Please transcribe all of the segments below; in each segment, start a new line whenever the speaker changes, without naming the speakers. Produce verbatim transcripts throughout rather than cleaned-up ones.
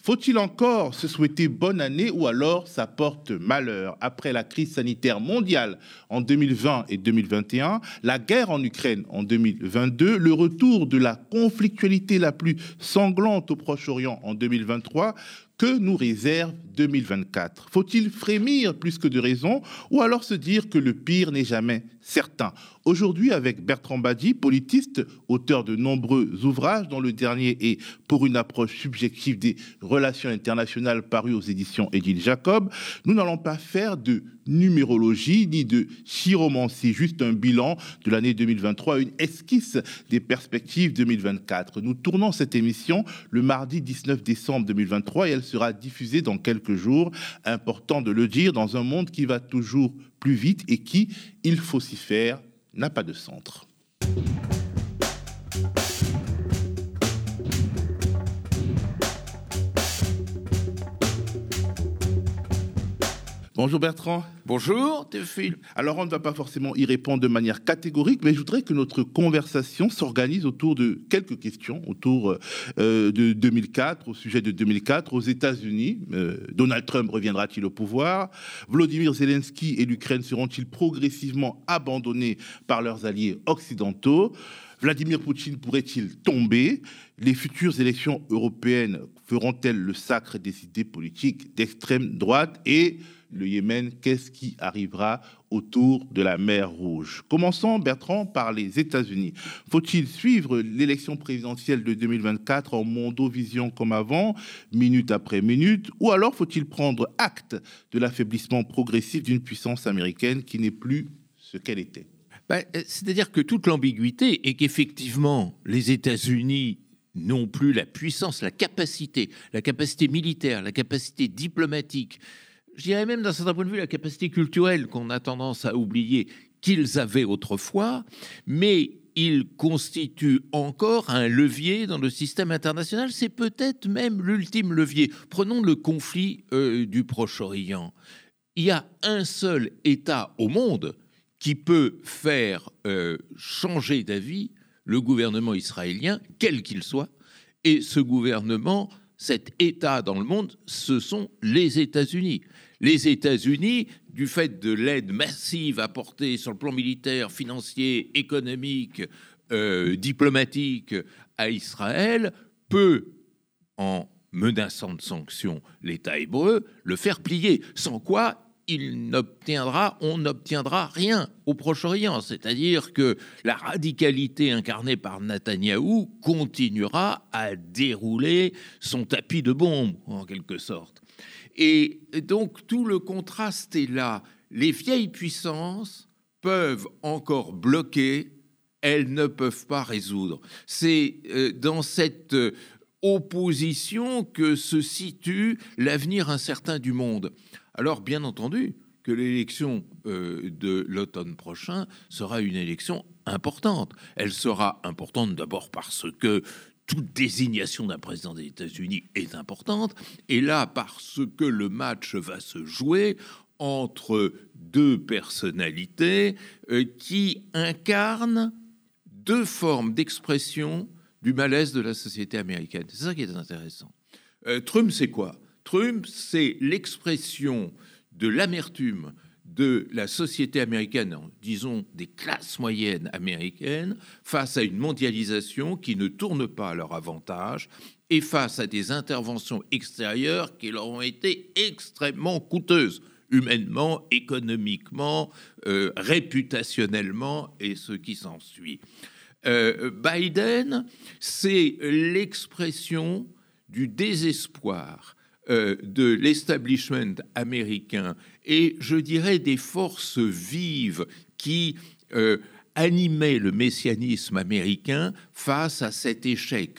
Faut-il encore se souhaiter bonne année ou alors ça porte malheur? Après la crise sanitaire mondiale en deux mille vingt et deux mille vingt et un, la guerre en Ukraine en deux mille vingt-deux, le retour de la conflictualité la plus sanglante au Proche-Orient en deux mille vingt-trois, que nous réserve deux mille vingt-quatre? Faut-il frémir plus que de raison ou alors se dire que le pire n'est jamais certain? Aujourd'hui, avec Bertrand Badi, politiste, auteur de nombreux ouvrages, dont le dernier est Pour une approche subjective des relations internationales, paru aux éditions Édile Jacob, nous n'allons pas faire de numérologie ni de chiromancie, juste un bilan de l'année deux mille vingt-trois, une esquisse des perspectives deux mille vingt-quatre. Nous tournons cette émission le mardi dix-neuf décembre deux mille vingt-trois et elle sera diffusée dans quelques jours. Important de le dire, dans un monde qui va toujours plus vite et qui, il faut s'y faire, n'a pas de centre. Bonjour Bertrand.
Bonjour Théophile.
Alors on ne va pas forcément y répondre de manière catégorique, mais je voudrais que notre conversation s'organise autour de quelques questions, autour euh, de deux mille quatre, au sujet de deux mille quatre, aux États-Unis. Euh, Donald Trump reviendra-t-il au pouvoir? Volodymyr Zelensky et l'Ukraine seront-ils progressivement abandonnés par leurs alliés occidentaux? Vladimir Poutine pourrait-il tomber? Les futures élections européennes feront-elles le sacre des idées politiques d'extrême droite? Et le Yémen, qu'est-ce qui arrivera autour de la mer Rouge? Commençons, Bertrand, par les États-Unis. Faut-il suivre l'élection présidentielle de deux mille vingt-quatre en mondovision comme avant, minute après minute, ou alors faut-il prendre acte de l'affaiblissement progressif d'une puissance américaine qui n'est plus ce qu'elle était?
Ben, c'est-à-dire que toute l'ambiguïté est qu'effectivement, les États-Unis n'ont plus la puissance, la capacité, la capacité militaire, la capacité diplomatique, je dirais même d'un certain point de vue la capacité culturelle qu'on a tendance à oublier qu'ils avaient autrefois, mais ils constituent encore un levier dans le système international. C'est peut-être même l'ultime levier. Prenons le conflit euh, du Proche-Orient. Il y a un seul État au monde qui peut faire euh, changer d'avis le gouvernement israélien, quel qu'il soit, et ce gouvernement, cet État dans le monde, ce sont les États-Unis. Les États-Unis, du fait de l'aide massive apportée sur le plan militaire, financier, économique, euh, diplomatique à Israël, peut, en menaçant de sanctions l'État hébreu, le faire plier, sans quoi il n'obtiendra, on n'obtiendra rien au Proche-Orient. C'est-à-dire que la radicalité incarnée par Netanyahou continuera à dérouler son tapis de bombes, en quelque sorte. Et donc, tout le contraste est là. Les vieilles puissances peuvent encore bloquer, elles ne peuvent pas résoudre. C'est euh, dans cette euh, opposition que se situe l'avenir incertain du monde. Alors, bien entendu, que l'élection euh, de l'automne prochain sera une élection importante. Elle sera importante d'abord parce que toute désignation d'un président des États-Unis est importante, et là, parce que le match va se jouer entre deux personnalités euh, qui incarnent deux formes d'expression du malaise de la société américaine. C'est ça qui est intéressant. Euh, Trump, c'est quoi? Trump, c'est l'expression de l'amertume de la société américaine, disons des classes moyennes américaines, face à une mondialisation qui ne tourne pas à leur avantage et face à des interventions extérieures qui leur ont été extrêmement coûteuses, humainement, économiquement, euh, réputationnellement et ce qui s'ensuit. Euh, Biden, c'est l'expression du désespoir euh, de l'establishment américain et, je dirais, des forces vives qui euh, animaient le messianisme américain face à cet échec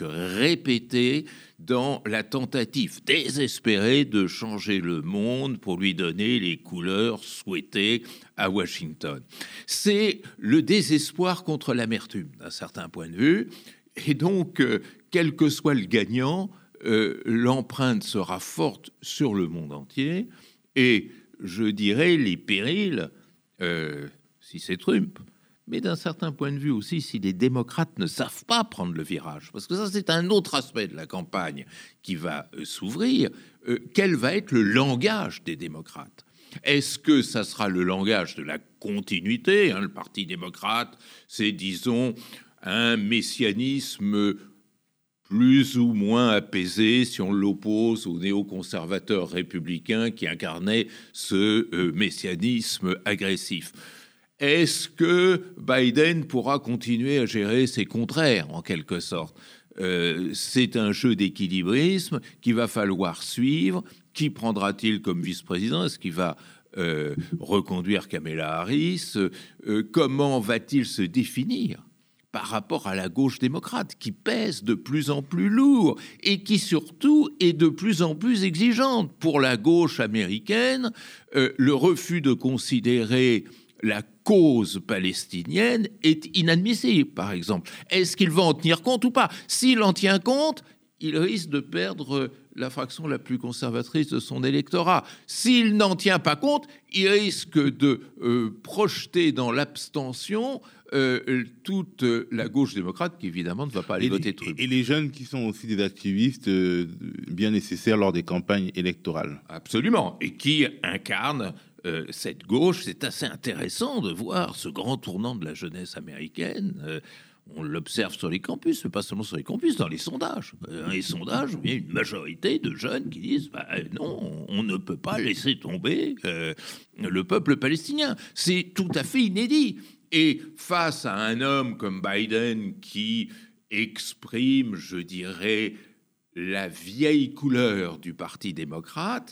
répété dans la tentative désespérée de changer le monde pour lui donner les couleurs souhaitées à Washington. C'est le désespoir contre l'amertume, d'un certain point de vue, et donc, euh, quel que soit le gagnant, euh, l'empreinte sera forte sur le monde entier, et je dirais les périls, euh, si c'est Trump, mais d'un certain point de vue aussi, si les démocrates ne savent pas prendre le virage, parce que ça, c'est un autre aspect de la campagne qui va euh, s'ouvrir, euh, quel va être le langage des démocrates? Est-ce que ça sera le langage de la continuité, hein, le Parti démocrate, c'est, disons, un messianisme plus ou moins apaisé si on l'oppose aux néoconservateurs républicains qui incarnaient ce euh, messianisme agressif? Est-ce que Biden pourra continuer à gérer ses contraires, en quelque sorte? euh, C'est un jeu d'équilibrisme qu'il va falloir suivre. Qui prendra-t-il comme vice-président? Est-ce qu'il va euh, reconduire Kamala Harris? euh, Comment va-t-il se définir par rapport à la gauche démocrate, qui pèse de plus en plus lourd et qui surtout est de plus en plus exigeante? Pour la gauche américaine, euh, le refus de considérer la cause palestinienne est inadmissible, par exemple. Est-ce qu'il va en tenir compte ou pas? S'il en tient compte, il risque de perdre la fraction la plus conservatrice de son électorat. S'il n'en tient pas compte, il risque de euh, projeter dans l'abstention euh, toute la gauche démocrate qui, évidemment, ne va pas aller
et,
voter Trump.
Et les jeunes qui sont aussi des activistes euh, bien nécessaires lors des campagnes électorales.
Absolument. Et qui incarnent euh, cette gauche. C'est assez intéressant de voir ce grand tournant de la jeunesse américaine. Euh, On l'observe sur les campus, mais pas seulement sur les campus, dans les sondages. Dans les sondages, il y a une majorité de jeunes qui disent bah, non, on ne peut pas laisser tomber euh, le peuple palestinien. C'est tout à fait inédit. Et face à un homme comme Biden qui exprime, je dirais, la vieille couleur du Parti démocrate,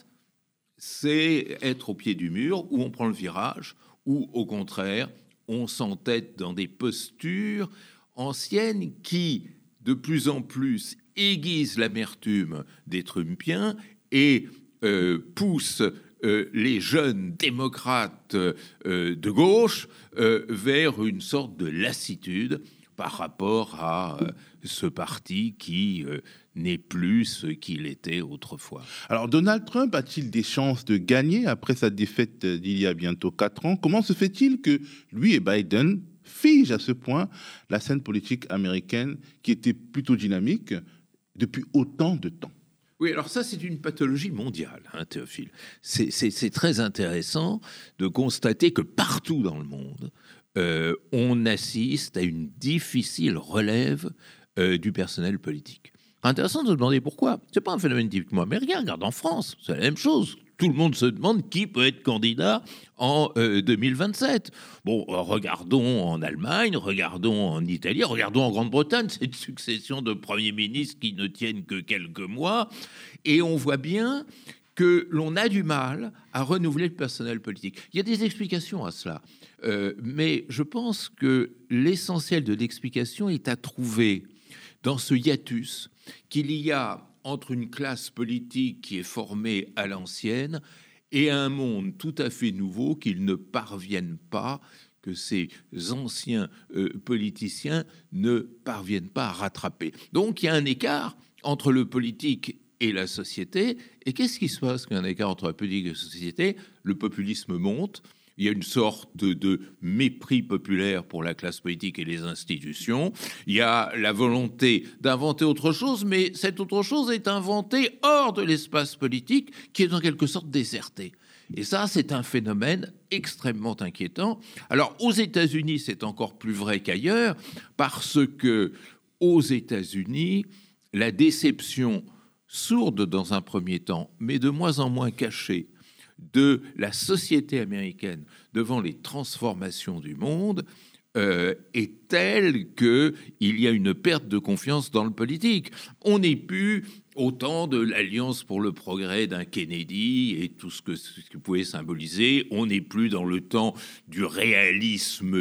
c'est être au pied du mur où on prend le virage, ou au contraire, on s'entête dans des postures anciennes qui, de plus en plus, aiguisent l'amertume des Trumpiens et euh, poussent euh, les jeunes démocrates euh, de gauche euh, vers une sorte de lassitude par rapport à euh, ce parti qui euh, n'est plus ce qu'il était autrefois.
Alors, Donald Trump a-t-il des chances de gagner après sa défaite d'il y a bientôt quatre ans? Comment se fait-il que lui et Biden figent à ce point la scène politique américaine qui était plutôt dynamique depuis autant de temps?
Oui, alors ça, c'est une pathologie mondiale, hein, Théophile. C'est, c'est, c'est très intéressant de constater que partout dans le monde, euh, on assiste à une difficile relève euh, du personnel politique. Intéressant de se demander pourquoi. C'est pas un phénomène typiquement américain. Regarde en France, c'est la même chose. Tout le monde se demande qui peut être candidat en euh, deux mille vingt-sept. Bon, euh, regardons en Allemagne, regardons en Italie, regardons en Grande-Bretagne, cette succession de premiers ministres qui ne tiennent que quelques mois, et on voit bien que l'on a du mal à renouveler le personnel politique. Il y a des explications à cela, euh, mais je pense que l'essentiel de l'explication est à trouver dans ce hiatus qu'il y a entre une classe politique qui est formée à l'ancienne et un monde tout à fait nouveau qu'ils ne parviennent pas, que ces anciens euh, politiciens ne parviennent pas à rattraper. Donc il y a un écart entre le politique et la société. Et qu'est-ce qui se passe quand il y a un écart entre la politique et la société? Le populisme monte. Il y a une sorte de mépris populaire pour la classe politique et les institutions. Il y a la volonté d'inventer autre chose, mais cette autre chose est inventée hors de l'espace politique, qui est en quelque sorte déserté. Et ça, c'est un phénomène extrêmement inquiétant. Alors, aux États-Unis, c'est encore plus vrai qu'ailleurs, parce que aux États-Unis, la déception sourde dans un premier temps, mais de moins en moins cachée, de la société américaine devant les transformations du monde euh, est telle qu'il y a une perte de confiance dans le politique. On n'est plus au temps de l'Alliance pour le progrès d'un Kennedy et tout ce que ce qui pouvait symboliser. On n'est plus dans le temps du réalisme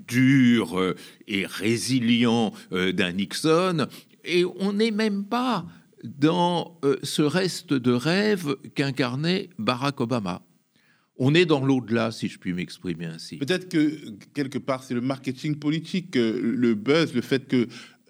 dur et résilient euh, d'un Nixon. Et on n'est même pas dans euh, ce reste de rêve qu'incarnait Barack Obama. On est dans l'au-delà, si je puis m'exprimer ainsi.
Peut-être que, quelque part, c'est le marketing politique, le buzz, le fait que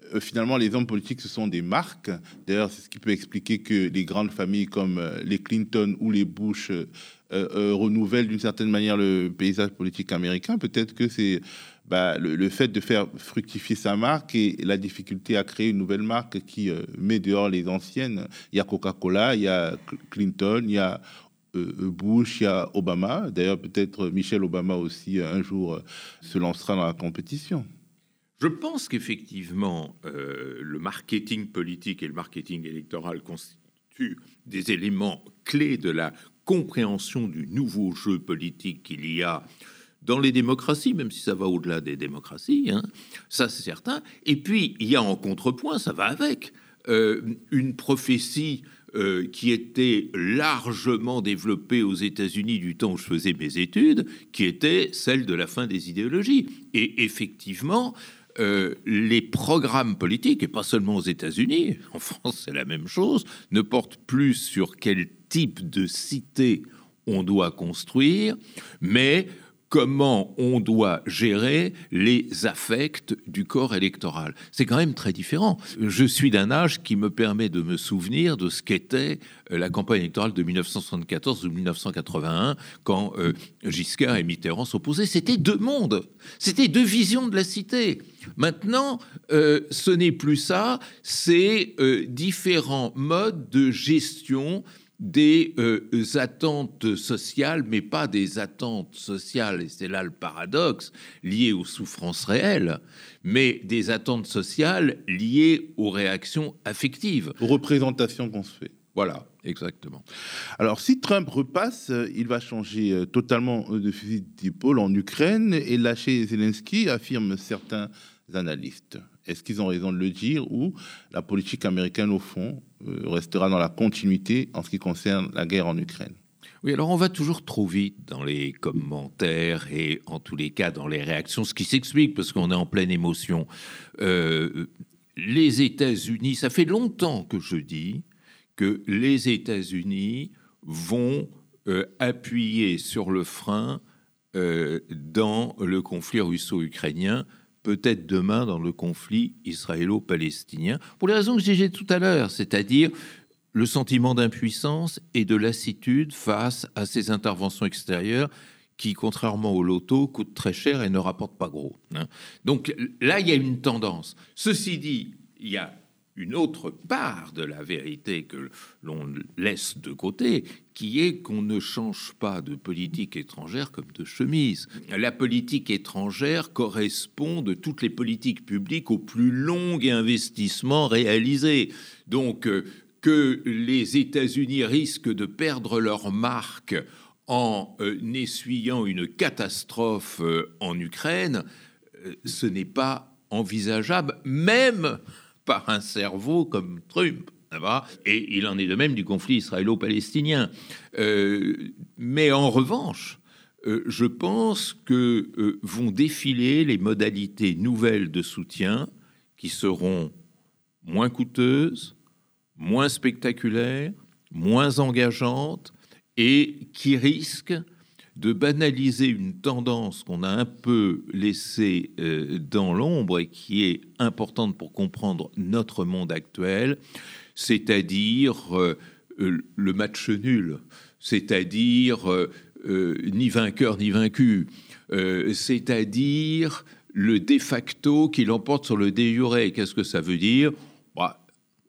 euh, finalement, les hommes politiques, ce sont des marques. D'ailleurs, c'est ce qui peut expliquer que les grandes familles comme euh, les Clinton ou les Bush euh, euh, renouvellent d'une certaine manière le paysage politique américain. Peut-être que c'est bah, le, le fait de faire fructifier sa marque et la difficulté à créer une nouvelle marque qui euh, met dehors les anciennes. Il y a Coca-Cola, il y a Clinton, il y a euh, Bush, il y a Obama. D'ailleurs, peut-être Michelle Obama aussi, un jour, euh, se lancera dans la compétition.
Je pense qu'effectivement, euh, le marketing politique et le marketing électoral constituent des éléments clés de la compréhension du nouveau jeu politique qu'il y a dans les démocraties, même si ça va au-delà des démocraties, hein, ça c'est certain. Et puis, il y a en contrepoint, ça va avec, euh, une prophétie euh, qui était largement développée aux États-Unis du temps où je faisais mes études, qui était celle de la fin des idéologies. Et effectivement, Euh, les programmes politiques, et pas seulement aux États-Unis, en France c'est la même chose, ne portent plus sur quel type de cité on doit construire, mais comment on doit gérer les affects du corps électoral. C'est quand même très différent. Je suis d'un âge qui me permet de me souvenir de ce qu'était la campagne électorale de mille neuf cent soixante-quatorze ou mille neuf cent quatre-vingt-un, quand euh, Giscard et Mitterrand s'opposaient. C'était deux mondes, c'était deux visions de la cité. Maintenant, euh, ce n'est plus ça, c'est euh, différents modes de gestion des euh, attentes sociales, mais pas des attentes sociales, et c'est là le paradoxe, liées aux souffrances réelles, mais des attentes sociales liées aux réactions affectives.
Aux représentations qu'on se fait.
Voilà, exactement.
Alors, si Trump repasse, il va changer totalement de fusil d'épaule en Ukraine et lâcher Zelensky, affirment certains analystes. Est-ce qu'ils ont raison de le dire ou la politique américaine, au fond, euh, restera dans la continuité en ce qui concerne la guerre en Ukraine?
Oui, alors on va toujours trop vite dans les commentaires et en tous les cas dans les réactions, ce qui s'explique parce qu'on est en pleine émotion. Euh, les États-Unis, ça fait longtemps que je dis que les États-Unis vont euh, appuyer sur le frein euh, dans le conflit russo-ukrainien, peut-être demain dans le conflit israélo-palestinien, pour les raisons que j'ai dit tout à l'heure, c'est-à-dire le sentiment d'impuissance et de lassitude face à ces interventions extérieures qui, contrairement au loto, coûtent très cher et ne rapportent pas gros. Hein. Donc là, il y a une tendance. Ceci dit, il y a une autre part de la vérité que l'on laisse de côté, qui est qu'on ne change pas de politique étrangère comme de chemise. La politique étrangère correspond de toutes les politiques publiques au plus long investissement réalisé. Donc, euh, que les États-Unis risquent de perdre leur marque en euh, essuyant une catastrophe euh, en Ukraine, euh, ce n'est pas envisageable, même par un cerveau comme Trump. Et il en est de même du conflit israélo-palestinien. Euh, mais en revanche, euh, je pense que euh, vont défiler les modalités nouvelles de soutien qui seront moins coûteuses, moins spectaculaires, moins engageantes et qui risquent de banaliser une tendance qu'on a un peu laissée euh, dans l'ombre et qui est importante pour comprendre notre monde actuel, c'est-à-dire euh, le match nul, c'est-à-dire euh, euh, ni vainqueur ni vaincu, euh, c'est-à-dire le de facto qui l'emporte sur le de jure. Qu'est-ce que ça veut dire ? Bah,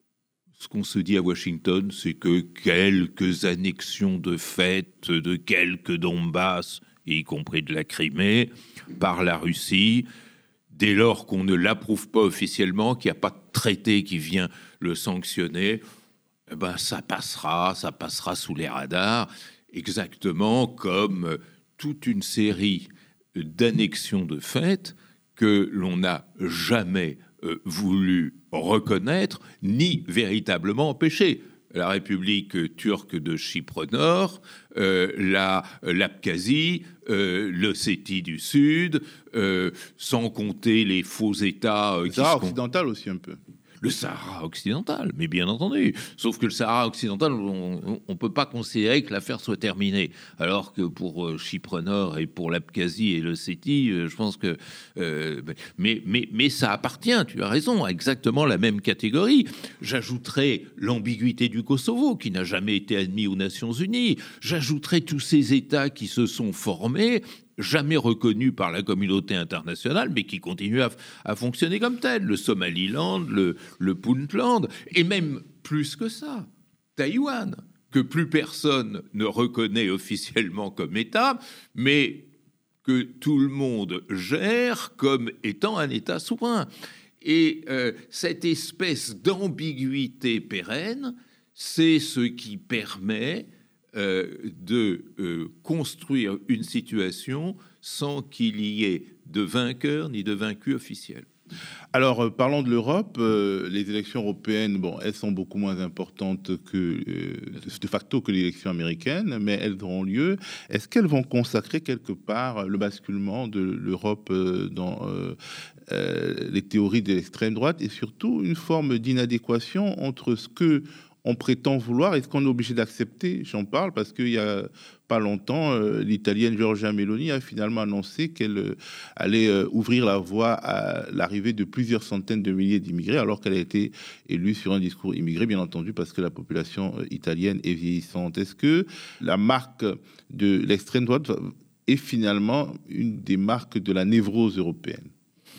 ce qu'on se dit à Washington, c'est que quelques annexions de fait de quelques Donbass, y compris de la Crimée, par la Russie, dès lors qu'on ne l'approuve pas officiellement, qu'il n'y a pas de traité qui vient le sanctionner, eh ben ça passera, ça passera sous les radars, exactement comme toute une série d'annexions de fait que l'on n'a jamais Euh, voulu reconnaître ni véritablement empêcher. La République turque de Chypre Nord, euh, la, l'Abkhazie, euh, l'Ossétie du Sud, euh, sans compter les faux États... Euh,
qui sont occidentales aussi un peu.
le Sahara occidental, mais bien entendu. Sauf que le Sahara occidental, on ne peut pas considérer que l'affaire soit terminée. Alors que pour euh, Chypre Nord et pour l'Abkhazie et l'Ossétie, euh, je pense que... Euh, mais, mais, mais ça appartient, tu as raison, à exactement la même catégorie. J'ajouterai l'ambiguïté du Kosovo, qui n'a jamais été admis aux Nations Unies. J'ajouterai tous ces États qui se sont formés, jamais reconnus par la communauté internationale, mais qui continuent à, à fonctionner comme tels. Le Somaliland, le, le Puntland, et même plus que ça, Taïwan, que plus personne ne reconnaît officiellement comme État, mais que tout le monde gère comme étant un État souverain. Et euh, cette espèce d'ambiguïté pérenne, c'est ce qui permet euh, de euh, construire une situation sans qu'il y ait de vainqueur ni de vaincu officiel.
Alors, euh, parlons de l'Europe. Euh, les élections européennes, bon, elles sont beaucoup moins importantes que, euh, de facto que l'élection américaine, mais elles auront lieu. Est-ce qu'elles vont consacrer quelque part le basculement de l'Europe euh, dans euh, euh, les théories de l'extrême droite et surtout une forme d'inadéquation entre ce que on prétend vouloir et ce qu'on est obligé d'accepter? J'en parle parce qu'il y a pas longtemps, euh, l'Italienne Giorgia Meloni a finalement annoncé qu'elle euh, allait euh, ouvrir la voie à l'arrivée de plusieurs centaines de milliers d'immigrés, alors qu'elle a été élue sur un discours immigré, bien entendu, parce que la population euh, italienne est vieillissante. Est-ce que la marque de l'extrême droite est finalement une des marques de la névrose européenne?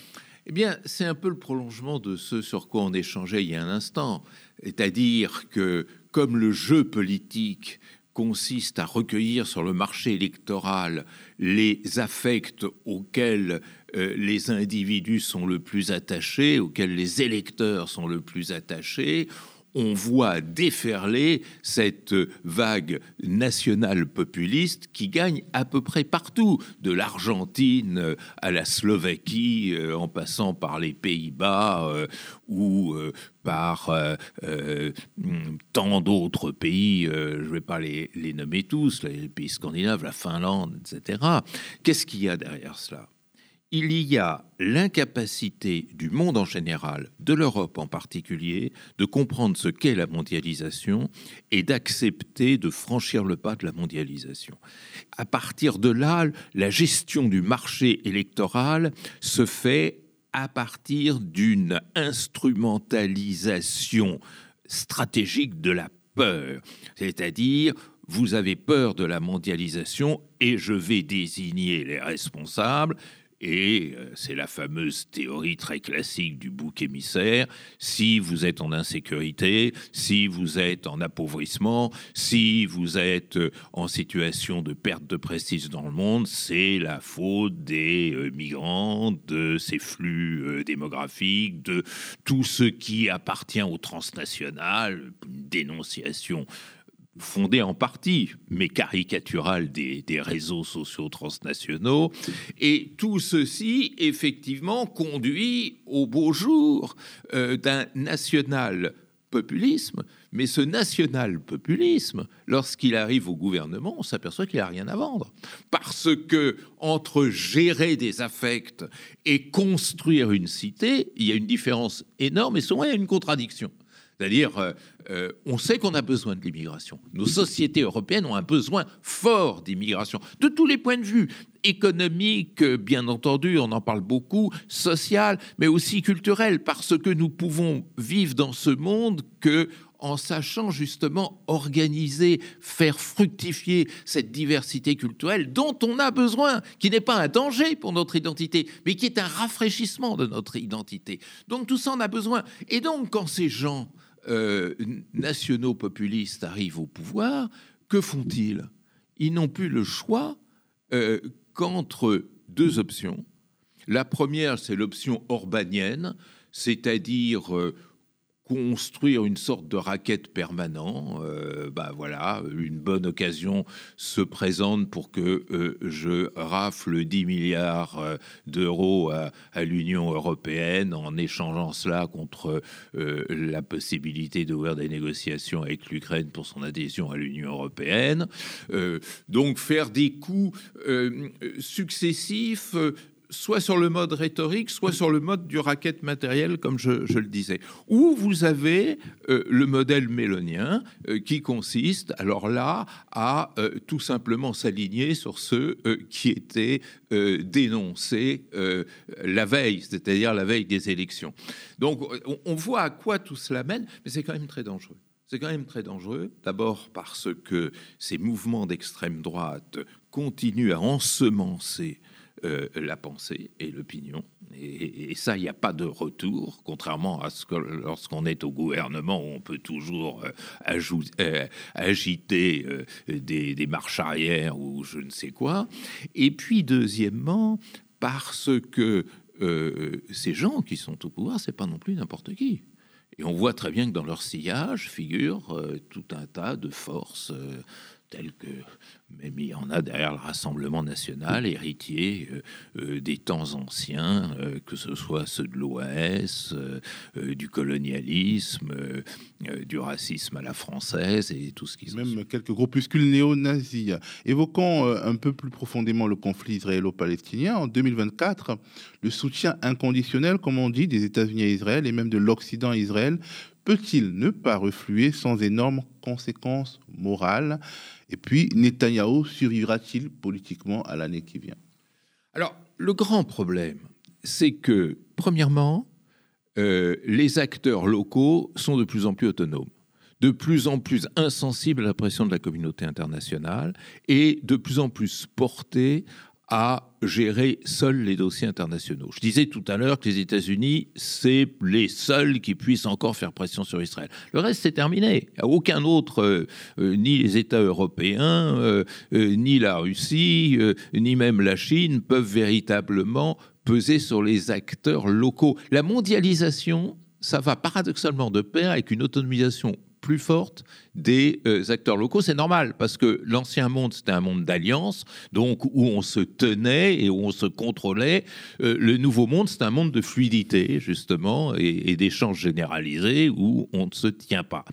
Eh bien, c'est un peu le prolongement de ce sur quoi on échangeait il y a un instant. C'est-à-dire que, comme le jeu politique consiste à recueillir sur le marché électoral les affects auxquels euh, les individus sont le plus attachés, auxquels les électeurs sont le plus attachés, on voit déferler cette vague nationale populiste qui gagne à peu près partout, de l'Argentine à la Slovaquie, euh, en passant par les Pays-Bas euh, ou euh, par euh, euh, tant d'autres pays, euh, je ne vais pas les, les nommer tous, les pays scandinaves, la Finlande, et cetera. Qu'est-ce qu'il y a derrière cela ? Il y a l'incapacité du monde en général, de l'Europe en particulier, de comprendre ce qu'est la mondialisation et d'accepter de franchir le pas de la mondialisation. À partir de là, la gestion du marché électoral se fait à partir d'une instrumentalisation stratégique de la peur, c'est-à-dire vous avez peur de la mondialisation et je vais désigner les responsables. Et c'est la fameuse théorie très classique du bouc émissaire. Si vous êtes en insécurité, si vous êtes en appauvrissement, si vous êtes en situation de perte de prestige dans le monde, c'est la faute des migrants, de ces flux démographiques, de tout ce qui appartient au transnational, une dénonciation fondée en partie, mais caricaturale des, des réseaux sociaux transnationaux. Et tout ceci, effectivement, conduit au beau jour euh, d'un national-populisme. Mais ce national-populisme, lorsqu'il arrive au gouvernement, on s'aperçoit qu'il n'a rien à vendre. Parce que entre gérer des affects et construire une cité, il y a une différence énorme et souvent il y a une contradiction. C'est-à-dire, euh, euh, on sait qu'on a besoin de l'immigration. Nos sociétés européennes ont un besoin fort d'immigration, de tous les points de vue. Économique, bien entendu, on en parle beaucoup, social, mais aussi culturel, parce que nous pouvons vivre dans ce monde que en sachant justement organiser, faire fructifier cette diversité culturelle dont on a besoin, qui n'est pas un danger pour notre identité, mais qui est un rafraîchissement de notre identité. Donc tout ça, on a besoin. Et donc, quand ces gens euh, nationaux populistes arrivent au pouvoir, que font-ils ? Ils n'ont plus le choix euh, qu'entre deux options. La première, c'est l'option orbanienne, c'est-à-dire... Euh, construire une sorte de racket permanent, euh, bah voilà, une bonne occasion se présente pour que euh, je rafle dix milliards euh, d'euros à, à l'Union européenne en échangeant cela contre euh, la possibilité d'ouvrir des négociations avec l'Ukraine pour son adhésion à l'Union européenne. Euh, donc faire des coups euh, successifs euh, soit sur le mode rhétorique, soit sur le mode du racket matériel, comme je, je le disais. Ou vous avez euh, le modèle mélonien euh, qui consiste, alors là, à euh, tout simplement s'aligner sur ceux euh, qui étaient euh, dénoncés euh, la veille, c'est-à-dire la veille des élections. Donc, on, on voit à quoi tout cela mène, mais c'est quand même très dangereux. C'est quand même très dangereux, d'abord parce que ces mouvements d'extrême droite continuent à ensemencer Euh, la pensée et l'opinion. Et, et ça, il n'y a pas de retour, contrairement à ce que lorsqu'on est au gouvernement, où on peut toujours euh, ajou- euh, agiter euh, des, des marches arrière ou je ne sais quoi. Et puis, deuxièmement, parce que euh, ces gens qui sont au pouvoir, c'est pas non plus n'importe qui. Et on voit très bien que dans leur sillage figure euh, tout un tas de forces euh, telles que, même il y en a derrière le Rassemblement national, héritier euh, euh, des temps anciens, euh, que ce soit ceux de l'O A S, euh, euh, du colonialisme, euh, euh, du racisme à la française et tout ce qui
Même
sont.
quelques groupuscules néo-nazis. Évoquons euh, un peu plus profondément le conflit israélo-palestinien. En deux mille vingt-quatre, le soutien inconditionnel, comme on dit, des États-Unis à Israël et même de l'Occident à Israël peut-il ne pas refluer sans énormes conséquences morales? Et puis, Netanyahou survivra-t-il politiquement à l'année qui vient?
Alors, le grand problème, c'est que, premièrement, euh, les acteurs locaux sont de plus en plus autonomes, de plus en plus insensibles à la pression de la communauté internationale et de plus en plus portés à gérer seuls les dossiers internationaux. Je disais tout à l'heure que les États-Unis, c'est les seuls qui puissent encore faire pression sur Israël. Le reste, c'est terminé. Aucun autre, euh, euh, ni les États européens, euh, euh, ni la Russie, euh, ni même la Chine, peuvent véritablement peser sur les acteurs locaux. La mondialisation, ça va paradoxalement de pair avec une autonomisation plus forte des euh, acteurs locaux. C'est normal, parce que l'ancien monde, c'était un monde d'alliance, donc où on se tenait et où on se contrôlait. Euh, le nouveau monde, c'est un monde de fluidité, justement, et, et d'échanges généralisés où on ne se tient pas.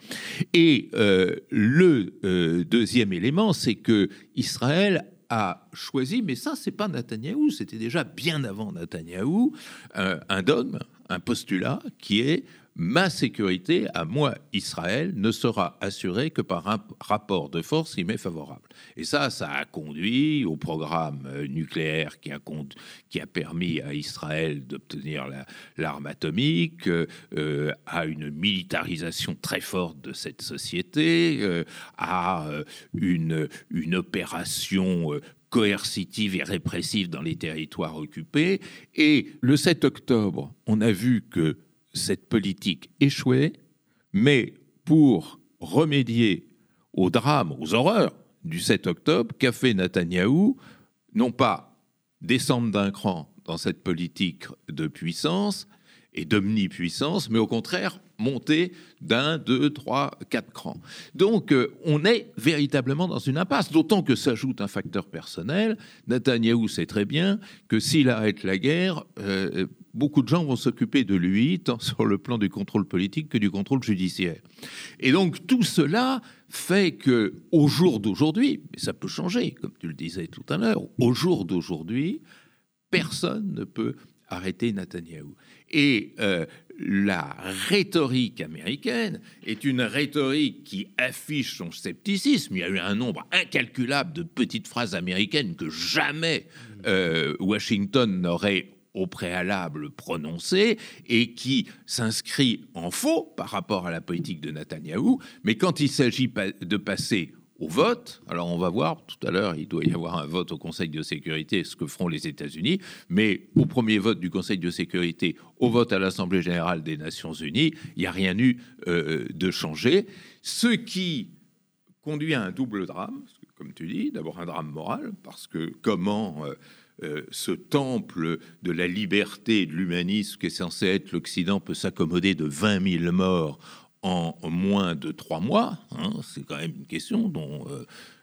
Et euh, le euh, deuxième élément, c'est que Israël a choisi, mais ça, c'est pas Netanyahou, c'était déjà bien avant Netanyahou, euh, un dogme, un postulat qui est: ma sécurité, à moi, Israël, ne sera assurée que par un rapport de force qui m'est favorable. Et ça, ça a conduit au programme nucléaire qui a, qui a permis à Israël d'obtenir la, l'arme atomique, euh, à une militarisation très forte de cette société, euh, à euh, une, une opération euh, coercitive et répressive dans les territoires occupés. Et le sept octobre, on a vu que cette politique échouait, mais pour remédier aux drames, aux horreurs du sept octobre, qu'a fait Netanyahou, non pas descendre d'un cran dans cette politique de puissance et d'omnipuissance, mais au contraire monter d'un, deux, trois, quatre crans. Donc euh, on est véritablement dans une impasse, d'autant que s'ajoute un facteur personnel. Netanyahou sait très bien que s'il arrête la guerre, euh, beaucoup de gens vont s'occuper de lui, tant sur le plan du contrôle politique que du contrôle judiciaire. Et donc tout cela fait que, au jour d'aujourd'hui, mais ça peut changer, comme tu le disais tout à l'heure, au jour d'aujourd'hui, personne ne peut arrêter Netanyahou. Et euh, la rhétorique américaine est une rhétorique qui affiche son scepticisme. Il y a eu un nombre incalculable de petites phrases américaines que jamais euh, Washington n'aurait au préalable prononcé et qui s'inscrit en faux par rapport à la politique de Netanyahou. Mais quand il s'agit de passer au vote, alors on va voir, tout à l'heure, il doit y avoir un vote au Conseil de sécurité, ce que feront les États-Unis, mais au premier vote du Conseil de sécurité, au vote à l'Assemblée générale des Nations unies, il n'y a rien eu euh, de changé, ce qui conduit à un double drame, comme tu dis, d'abord un drame moral, parce que comment... Euh, Euh, ce temple de la liberté et de l'humanisme qui est censé être l'Occident peut s'accommoder de vingt mille morts en moins de trois mois, hein, c'est quand même une question, dont euh,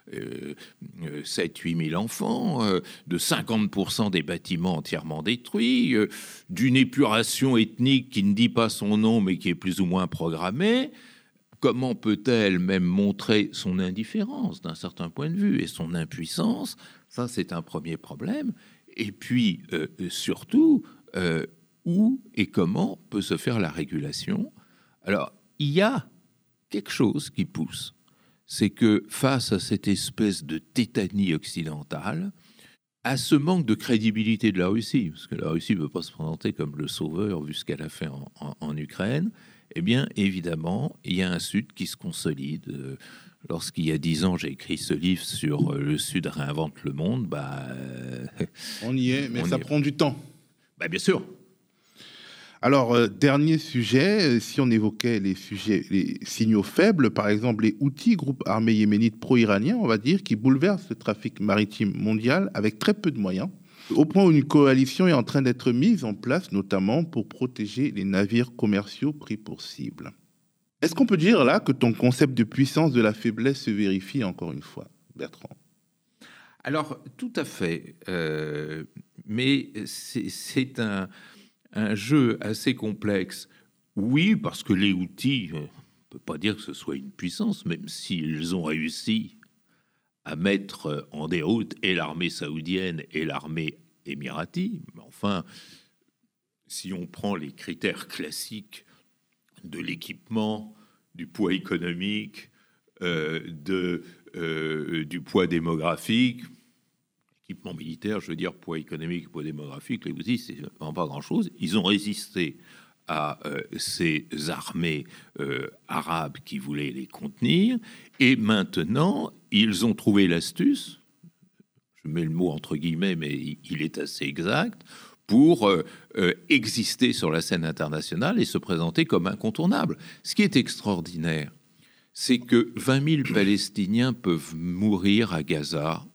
euh, sept à huit mille enfants, euh, de cinquante pour cent des bâtiments entièrement détruits, euh, d'une épuration ethnique qui ne dit pas son nom mais qui est plus ou moins programmée. Comment peut-elle même montrer son indifférence d'un certain point de vue et son impuissance? Ça, c'est un premier problème. Et puis, euh, surtout, euh, où et comment peut se faire la régulation? Alors, il y a quelque chose qui pousse. C'est que face à cette espèce de tétanie occidentale, à ce manque de crédibilité de la Russie, parce que la Russie ne peut pas se présenter comme le sauveur vu ce qu'elle a fait en, en, en Ukraine, eh bien, évidemment, il y a un Sud qui se consolide. Lorsqu'il y a dix ans, j'ai écrit ce livre sur euh, le Sud réinvente le monde, bah, euh,
on y est, mais ça prend du temps.
Bah, bien sûr.
Alors, euh, dernier sujet, euh, si on évoquait les sujets, les signaux faibles, par exemple les Houthis, groupe armé yéménite pro-iranien, on va dire, qui bouleverse le trafic maritime mondial avec très peu de moyens, au point où une coalition est en train d'être mise en place, notamment pour protéger les navires commerciaux pris pour cible. Est-ce qu'on peut dire là que ton concept de puissance de la faiblesse se vérifie encore une fois, Bertrand?
Alors, tout à fait. Euh, mais c'est, c'est un, un jeu assez complexe. Oui, parce que les Houthis, on ne peut pas dire que ce soit une puissance, même s'ils ont réussi à mettre en déroute et l'armée saoudienne et l'armée émirati. Enfin, si on prend les critères classiques de l'équipement, du poids économique, euh, de, euh, du poids démographique, équipement militaire, je veux dire poids économique, poids démographique, les Houthis, c'est vraiment pas grand-chose. Ils ont résisté à euh, ces armées euh, arabes qui voulaient les contenir, et maintenant, ils ont trouvé l'astuce, je mets le mot entre guillemets, mais il est assez exact, pour euh, euh, exister sur la scène internationale et se présenter comme incontournable. Ce qui est extraordinaire, c'est que vingt mille Palestiniens peuvent mourir à Gaza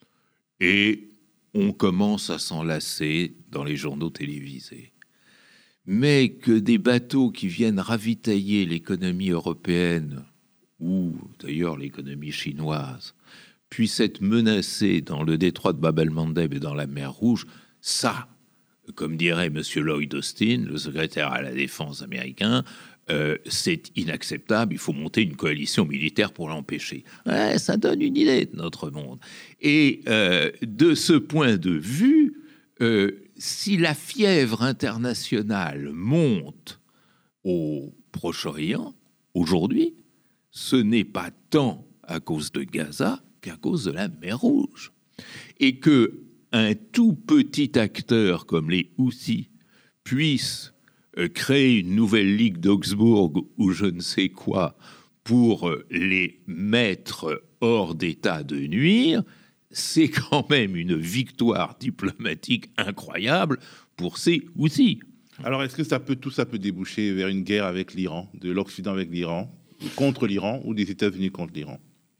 et on commence à s'en lasser dans les journaux télévisés. Mais que des bateaux qui viennent ravitailler l'économie européenne, ou d'ailleurs l'économie chinoise, puissent être menacés dans le détroit de Bab el-Mandeb et dans la mer Rouge, ça, comme dirait M. Lloyd Austin, le secrétaire à la défense américain, euh, c'est inacceptable, il faut monter une coalition militaire pour l'empêcher. Ouais, ça donne une idée de notre monde. Et euh, de ce point de vue, euh, si la fièvre internationale monte au Proche-Orient, aujourd'hui, ce n'est pas tant à cause de Gaza qu'à cause de la mer Rouge. Et que un tout petit acteur comme les Houthis puisse euh, créer une nouvelle ligue d'Augsbourg ou je ne sais quoi pour euh, les mettre hors d'état de nuire, c'est quand même une victoire diplomatique incroyable pour ces Houthis.
Alors, est-ce que ça peut, tout ça peut déboucher vers une guerre avec l'Iran, de l'Occident avec l'Iran, contre l'Iran, ou des États-Unis contre l'Iran?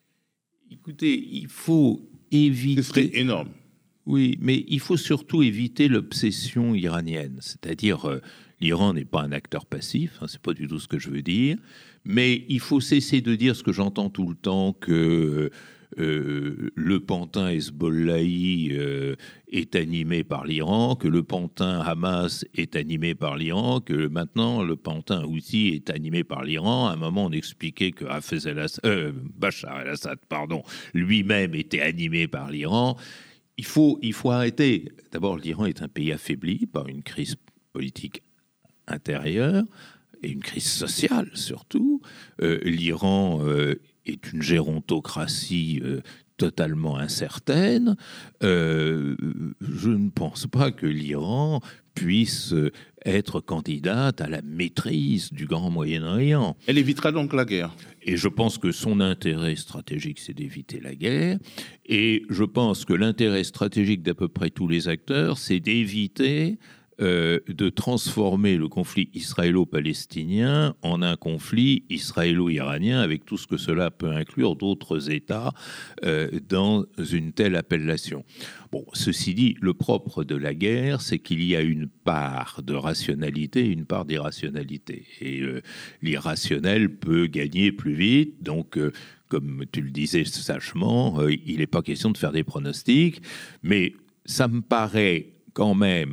Écoutez, il faut éviter...
Ce serait énorme.
Oui, mais il faut surtout éviter l'obsession iranienne. C'est-à-dire, euh, l'Iran n'est pas un acteur passif, hein, c'est pas du tout ce que je veux dire, mais il faut cesser de dire ce que j'entends tout le temps, que euh, le pantin Hezbollahi euh, est animé par l'Iran, que le pantin Hamas est animé par l'Iran, que maintenant le pantin Houthi est animé par l'Iran. À un moment, on expliquait que Hafez el-Assad, euh, Bachar el-Assad, pardon, lui-même était animé par l'Iran. Il faut, il faut arrêter. D'abord, l'Iran est un pays affaibli par une crise politique intérieure et une crise sociale surtout. Euh, L'Iran euh, est une gérontocratie euh, totalement incertaine. Euh, je ne pense pas que l'Iran puisse être candidate à la maîtrise du Grand Moyen-Orient.
Elle évitera donc la guerre.
Et je pense que son intérêt stratégique, c'est d'éviter la guerre. Et je pense que l'intérêt stratégique d'à peu près tous les acteurs, c'est d'éviter euh, de transformer le conflit israélo-palestinien en un conflit israélo-iranien, avec tout ce que cela peut inclure d'autres États euh, dans une telle appellation. Bon, ceci dit, le propre de la guerre, c'est qu'il y a une part de rationalité et une part d'irrationalité. Et euh, l'irrationnel peut gagner plus vite, donc... Euh, comme tu le disais sagement, euh, il n'est pas question de faire des pronostics, mais ça me paraît quand même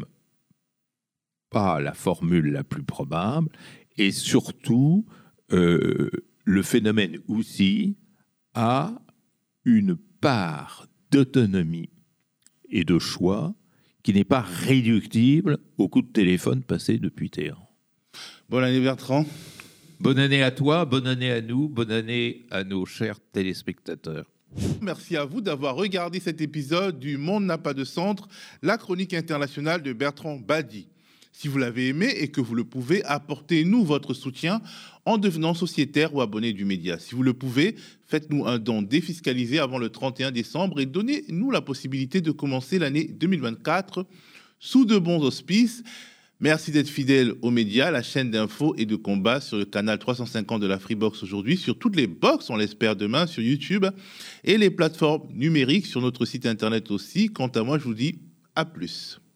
pas la formule la plus probable, et surtout, euh, le phénomène Houthi a une part d'autonomie et de choix qui n'est pas réductible au coup de téléphone passé depuis Téhéran.
Bonne année Bertrand.
Bonne année à toi, bonne année à nous, bonne année à nos chers téléspectateurs.
Merci à vous d'avoir regardé cet épisode du Monde n'a pas de centre, la chronique internationale de Bertrand Badi. Si vous l'avez aimé et que vous le pouvez, apportez-nous votre soutien en devenant sociétaire ou abonné du média. Si vous le pouvez, faites-nous un don défiscalisé avant le trente et un décembre et donnez-nous la possibilité de commencer l'année deux mille vingt-quatre sous de bons auspices. Merci d'être fidèle aux médias, la chaîne d'infos et de combat sur le canal trois cent cinquante de la Freebox aujourd'hui, sur toutes les box, on l'espère demain, sur YouTube et les plateformes numériques, sur notre site internet aussi. Quant à moi, je vous dis à plus.